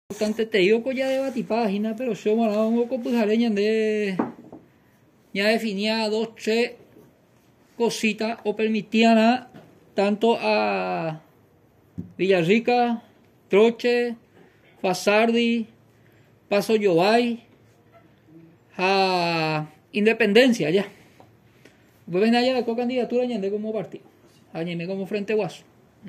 Bastante te digo que ya debati página, pero yo un poco pues aleñan de ya definía dos, tres cositas o permitían a tanto a Villarrica, Troche, Fasardi, Paso Yobay, a Independencia ya. Pues ven allá con candidatura añade como partido, añade como Frente Guaso.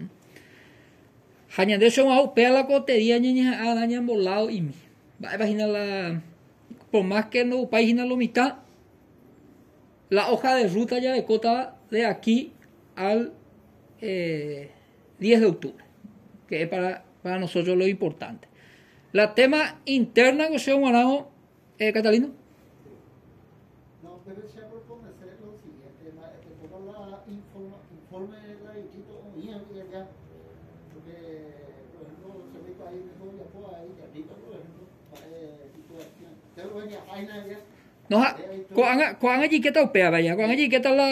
Hañande son a pea la cotería ñaña a dañan volado y mi. Va a imaginar la por más que no página lo mitad la hoja de ruta ya de cota de aquí al 10 de octubre, que es para nosotros lo importante. La tema interna que se ha Catalino. No, pero se propone hacer lo siguiente, que ponga la informe de la distrito y acá, porque, por ejemplo, se ve que hay mejor ya por ahí, que ahorita, por ejemplo, situación. Pero venga, hay nadie. No, cuán allí que tal pea vaya, cuán allí que tal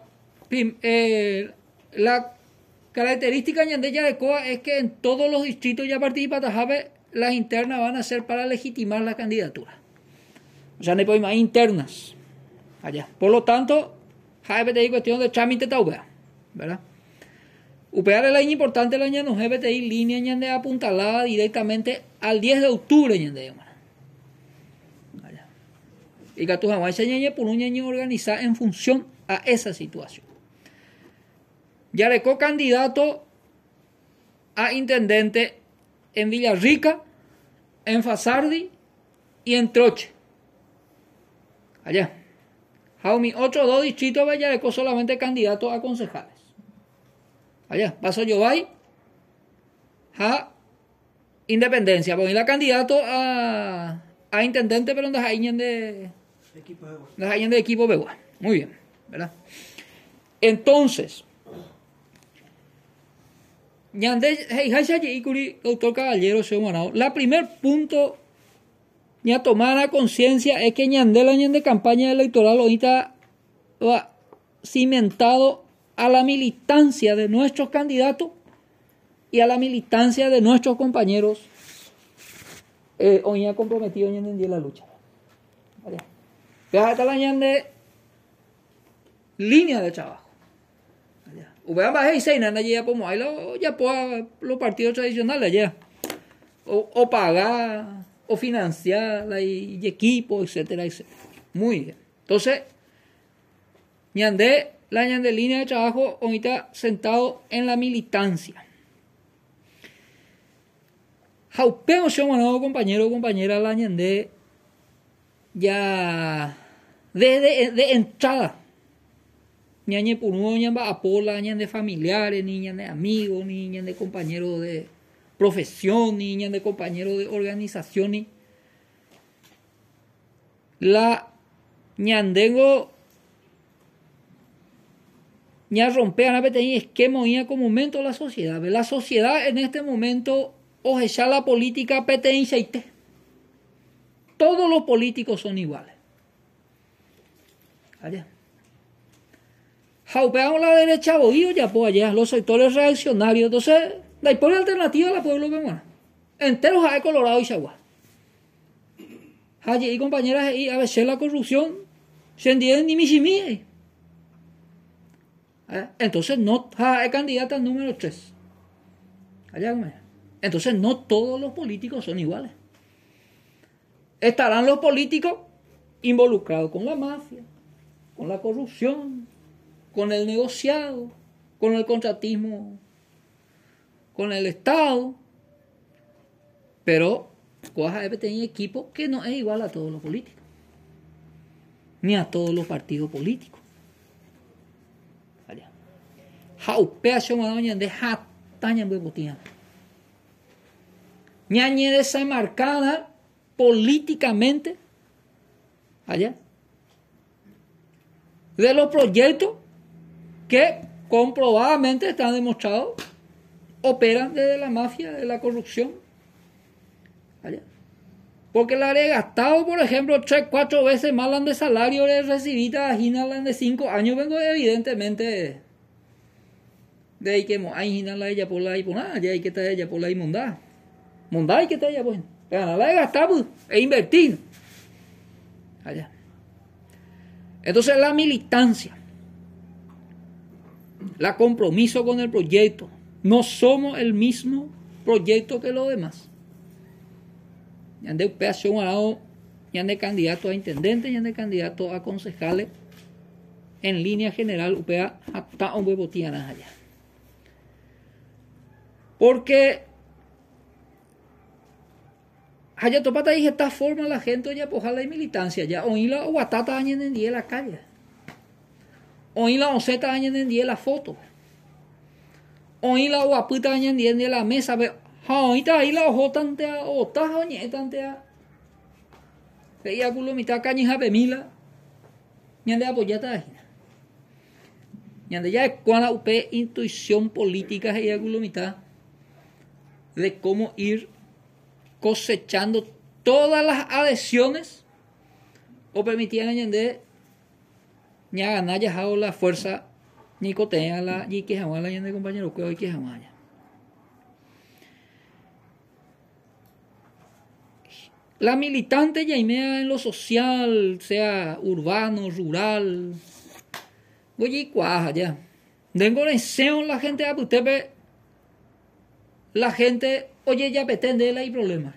la característica de ella de COA es que en todos los distritos ya participa Tajabe, las internas van a ser para legitimar la candidatura. O sea, no hay más internas allá. Por lo tanto, hay cuestión de trámite taubea, ¿verdad? UPR es la importante la no GBTI línea de apuntalada directamente al 10 de octubre allá. Y que tu jamás se por un año organizar en función a esa situación. Yarecó candidato a intendente en Villarrica, en Fasardi y en Troche. Allá. Jaumi, otros dos distritos de Yarecó solamente candidatos a concejales. Allá. Paso Yobay a Independencia. Porque la candidato a intendente, pero no es de equipo Begua. Muy bien, ¿verdad? Entonces, doctor Caballero, la primer punto ya tomar conciencia es que Ñandela campaña electoral ahorita va cimentado a la militancia de nuestros candidatos y a la militancia de nuestros compañeros hoy ha comprometido en la lucha. Fíjate la Ñande línea de trabajo. Ya los partidos tradicionales allá o pagar o financiar y equipo, etcétera, etcétera. Muy bien. Entonces, la Ñande línea de trabajo ahorita sentado en la militancia. Jaupeo somos compañero o compañera la Ñande ya de entrada. Ñañe punuo ñamba apola, ñan de familiares, ni ñan de amigos, ni ñan de compañeros de profesión, ni ñan de compañeros de organización, ni la ñandengo ña rompean a peteñi esquema como momento la sociedad. La sociedad en este momento ojecha la política peteñi seite. Todos los políticos son iguales. Allá. Jaupeamos la derecha bohío ya por allá, los sectores reaccionarios. Entonces, la historia alternativa de la pueblo peruano. Enteros hay Colorado y Chagua. Allí y compañeras y a veces la corrupción se entiende ni misimí. Entonces no hay candidata número 3. Allá, entonces no todos los políticos son iguales. Estarán los políticos involucrados con la mafia, con la corrupción, con el negociado, con el contratismo, con el Estado, pero Coaja debe tener equipo que no es igual a todos los políticos, ni a todos los partidos políticos. Allá. Jaupea Shomadoña de Jataña Buebotina. Ñañe desenmarcada políticamente, allá, de los proyectos que comprobadamente están demostrados operan desde la mafia, de la corrupción. Allá. Porque la he gastado, por ejemplo, 3-4 veces más la de salario de recibida a Gina la de 5 años. Vengo evidentemente de ahí que hay Gina la ella por la y por nada, ya hay que estar ella por la inmundada. Mondá hay que estar ella, pues. Ganar de gastar pues, e invertir. Allá. Entonces la militancia, la compromiso con el proyecto, no somos el mismo proyecto que los demás. Yande operación arao, yande candidato a intendente, yande candidato a concejales, en línea general, upea hasta un huevo tianas allá. Porque allá topata dije esta forma la gente ya poja la militancia ya oí la guatata añen en día la calle oí la onceta añen en día la foto oí la guaputa añen en día la mesa ve ahorita ahí la ojo tantea o ta oñe tantea veía culo mitad cañija pemila ñande apoyata ahí ñande ya es cuando upe intuición política veía culo mitad de cómo ir cosechando todas las adhesiones o permitían añadir ña ganar ya la fuerza ni cotea la y que jamás la de compañero que hoy que jamás ya. La militante ya en lo social, sea urbano, rural, oye cuaja ya. Tengo deseo la gente a usted ve la gente oye ya pretende la hay problemas.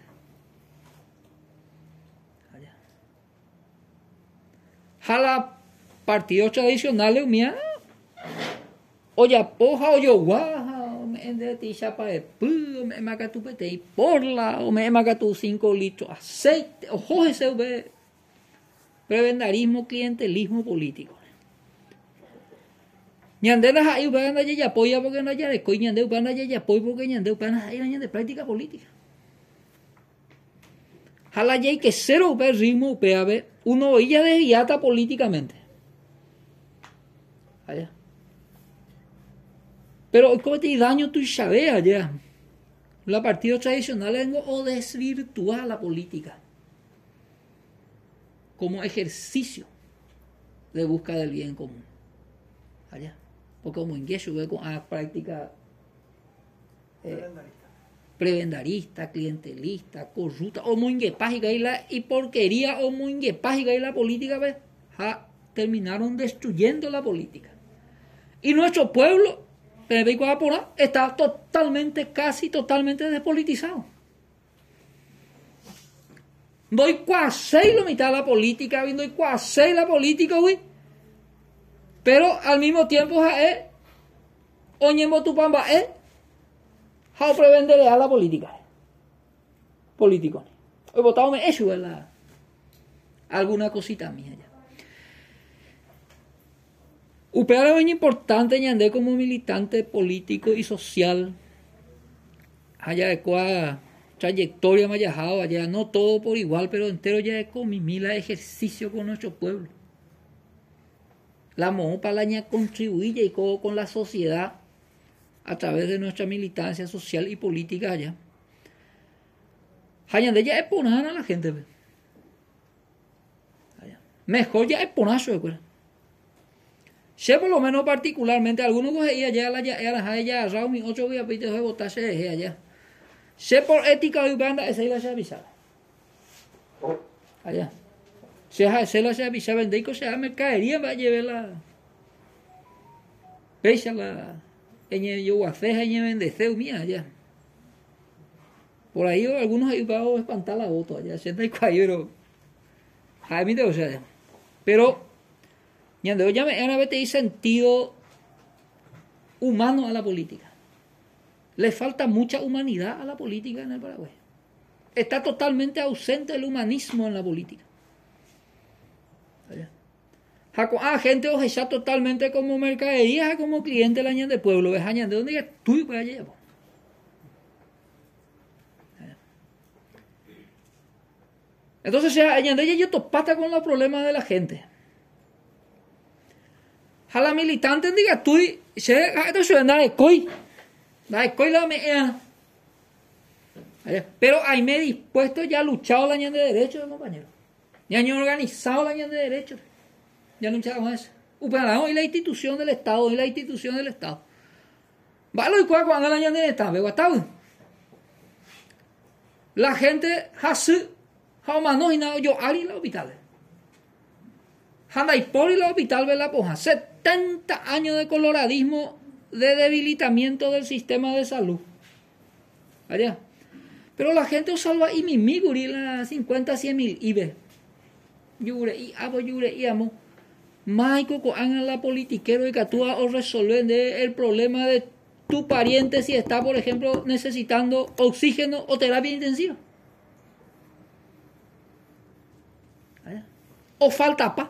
Jala partidos tradicionales mía oye poja oye guaja de ti chapa de pu me maca tu pete y porla o me maca tu 5 litros aceite ojo ese ve prebendarismo clientelismo político. Ñandelas ahí van a ya apoya porque no haya de coi ñande van a ya apoya porque ñande van a ir de práctica política. Jala ya hay que cero ver ritmo UPAB uno ella desviata políticamente. Allá. Pero como te daño tu sabes allá. Los partidos tradicionales o desvirtúa la política como ejercicio de búsqueda del bien común. Allá. O como ingreso con práctica prebendarista, clientelista, corrupta, o muy ingepágica y porquería o muy ingepágica y la política ¿ves? Terminaron destruyendo la política. Y nuestro pueblo está casi totalmente despolitizado. Doy cuasi la mitad de la política, doy cuasi la política, güey. Pero al mismo tiempo oñemo tu pamba how prevenderé a la política político hoy votado me hecho alguna cosita mía ya upea es muy importante ñandé como militante político y social allá de cuál trayectoria me haya dejado allá no todo por igual pero entero ya es con mi mila ejercicio con nuestro pueblo. La monopalaña contribuye y con la sociedad a través de nuestra militancia social y política allá. Allá ya es poner a la gente. Allá. Mejor ya es ponazo de cuerda. Sé por lo menos particularmente, algunos cogían allá a Raúl, mi 8 días para de votarse de allá. Sé por ética y banda, esa es la avisada. Allá. Se la se avisa vender y se mercadería va a llevar la pesa la en yo guaceja y vendeceu mía allá por ahí algunos ahí van a espantar la voto allá sienta y cuayero a mí o sea pero ñande ya me una vez te di sentido humano a la política le falta mucha humanidad a la política en el Paraguay está totalmente ausente el humanismo en la política. Gente o ya totalmente como mercadería, como cliente del año de pueblo, ves año de dónde ya tú para allá. Entonces, año de yo topata con los problemas de la gente. A la militante diga tú, se esto suena de coi la mea. Pero ahí me he dispuesto ya luchado el año de derechos, compañero. Ya han organizado el año de derechos. Ya luchamos eso. Y la institución del Estado, ¿Vale? ¿Y cuál cuando el año de Estado? La gente hace, jamás y nada, yo ari en los hospitales. Handai por el hospital ve la poja. 70 años de coloradismo, de debilitamiento del sistema de salud. Allá. Pero la gente salva y mi guri la 50, 100 mil ibe. Yure y abo, yure y amo. Maico co hagan la politiquero y que tú o resolver el problema de tu pariente si está, por ejemplo, necesitando oxígeno o terapia intensiva. Allá. O falta pa.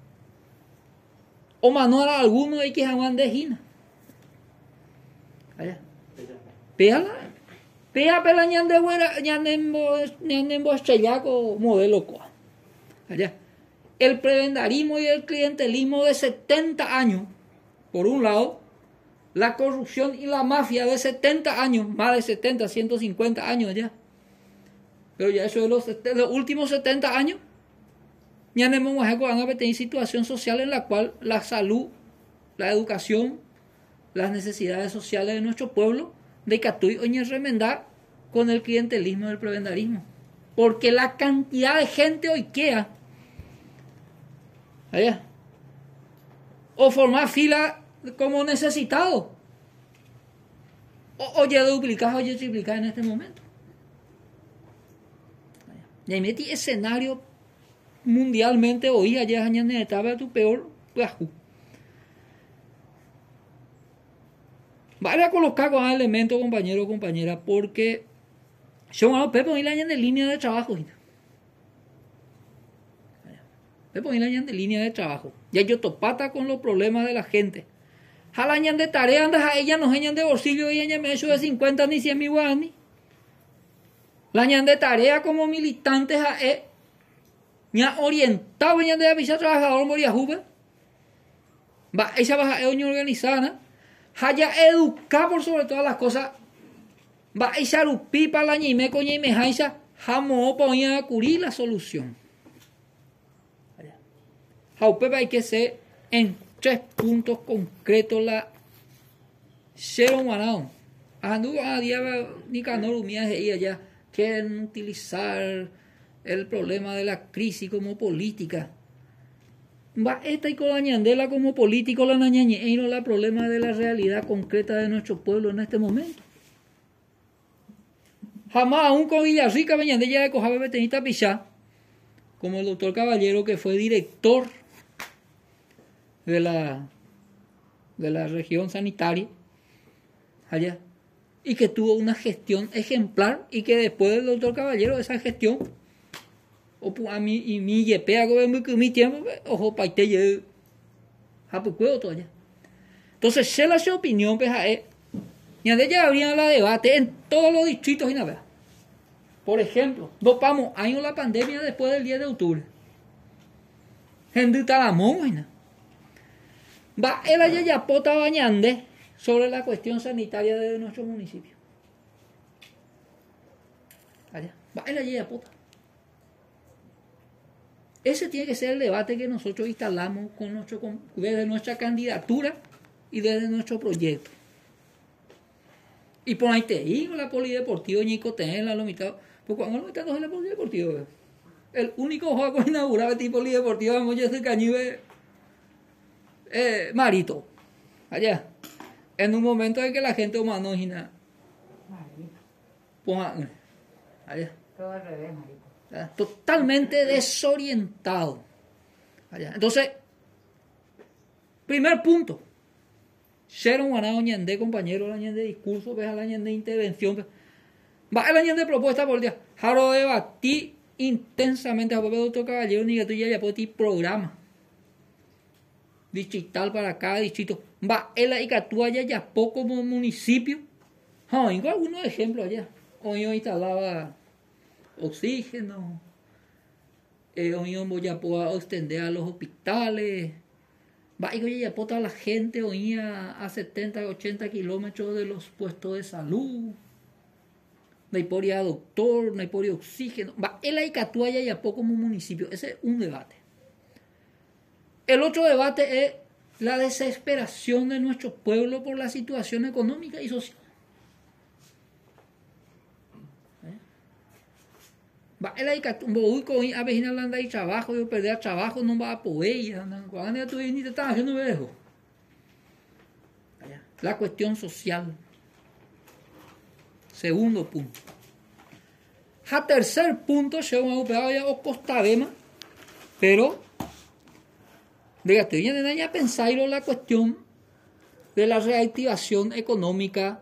O manual a alguno hay que jamás de gina. Allá. Péala. Pea pela ñande buena, ñandembo estrellaco modelo coa. Allá. El prebendarismo y el clientelismo de 70 años, por un lado, la corrupción y la mafia de 70 años, más de 70, 150 años ya. Pero ya eso de los últimos 70 años, ya no hemos van a tener situación social en la cual la salud, la educación, las necesidades sociales de nuestro pueblo, de Catuy oñe remendar con el clientelismo del prebendarismo. Porque la cantidad de gente hoy queda allá, o formar fila como necesitado, o ya duplicar o ya triplicar en este momento. Y ahí metí escenario mundialmente hoy allá en estaba tu peor bajo. Vale a colocar con elementos, compañero o compañera, porque son a los pepos y la de línea de trabajo. Pepos y la de línea de trabajo. Ya yo topata con los problemas de la gente. Jalañan de tarea, andas a ella, no hañan de bolsillo, y ella me hecho de 50 ni 100 mil guaraní. La ñan de tarea como militantes a ña orientado, ñan de avisar trabajador moría juve. Va, esa baja es organizada. Haya educar por sobre todas las cosas. Va a echar un pipa la ñime con ñime jaisa. Jamo ponía a cubrir la solución. Jaupepa hay que ser en 3 puntos concretos la cero manao. Andu a día ni canor mía de allá quieren utilizar el problema de la crisis como política. Va esta y con la ñandela como político la nañañe y no la problema de la realidad concreta de nuestro pueblo en este momento. Jamás aún con Villarrica Beñandella de Cojabe Betenita Pichá, como el doctor Caballero, que fue director de la región sanitaria allá, y que tuvo una gestión ejemplar, y que después del doctor Caballero de esa gestión, a mí y mi yepea mi tiempo, ojo paite yo hapucueo todo allá. Entonces se la su opinión pues a y de ella habría la debate en todos los distritos y nada. Por ejemplo, dopamos años la pandemia después del 10 de octubre. Gente talamón, va el ayayapota bañande sobre la cuestión sanitaria de nuestro municipio. Allá, va el ayayapota. Ese tiene que ser el debate que nosotros instalamos desde nuestra candidatura y desde nuestro proyecto. Y por ahí te digo, la polideportiva Ñico Tenla, la mitad. Porque cuando la mitad no es la polideportiva. El único juego inaugurado de tipo polideportiva vamos a hacer Cañibe Marito. Allá. En un momento en que la gente humanógina. Ponga. Allá. Todo al revés, Marito. Totalmente desorientado. Allá. Entonces, primer punto. Ser un ganado ñandé, compañero, la ñandé discurso, pues a la ñandé intervención. Va a la ñandé propuesta por día. Jaro debatí intensamente a propio doctor Caballero, ni que tú ya por ti programa distrital para cada distrito. Va el Icatúa ya poco como municipio. Tengo algunos ejemplos allá. Hoy yo instalaba oxígeno. Hoy yo voy a poder extender a los hospitales. Va y ya toda la gente oía a 70, 80 kilómetros de los puestos de salud. No hay por ir a doctor, no hay por ir a oxígeno. Va el Icatuaya ya poco como municipio. Ese es un debate. El otro debate es la desesperación de nuestro pueblo por la situación económica y social. Va el ahí un boico y a veces anda ahí trabajo, yo perder trabajo no va a poder, cuando ya tú ni te estás haciendo viejo. La cuestión social. Segundo punto. A tercer punto, según el pegado ya o costadema, pero dígate, ya pensáis la cuestión de la reactivación económica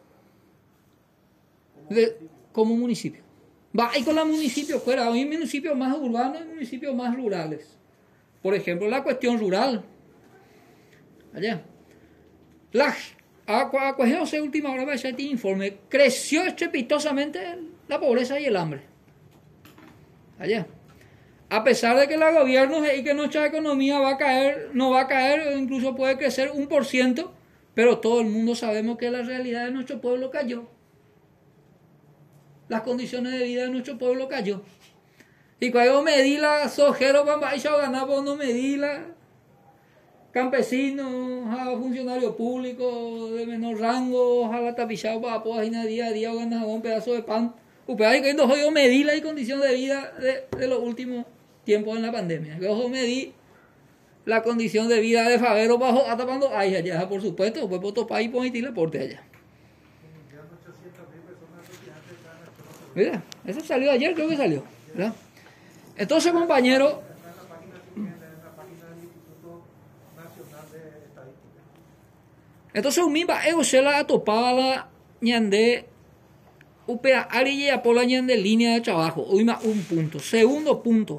como municipio. Va ahí con los municipios fuera, hay municipios más urbanos y municipios más rurales. Por ejemplo, la cuestión rural. Allá. Acogiéndose última hora de este informe, creció estrepitosamente la pobreza y el hambre. Allá. A pesar de que el gobierno y que nuestra economía va a caer, no va a caer, incluso puede crecer 1%, pero todo el mundo sabemos que la realidad de nuestro pueblo cayó. Las condiciones de vida de nuestro pueblo cayó. Y cuando medí la sojero para ganar, pues no medí la campesinos, a funcionarios públicos de menor rango, a la tapizado para poder día a día ganar un pedazo de pan. Pero ahí que yo medí la condición de vida de los últimos tiempos en la pandemia. Yo medí la condición de vida de Favero bajo atapando ahí allá, por supuesto, pues por otro país por el porte allá. Mira, eso salió ayer, creo que salió, ¿verdad? Entonces, compañero, entonces un misma ego se la atopada ñande upea ari y apola ñande línea de trabajo. Hoy más un punto. Segundo punto.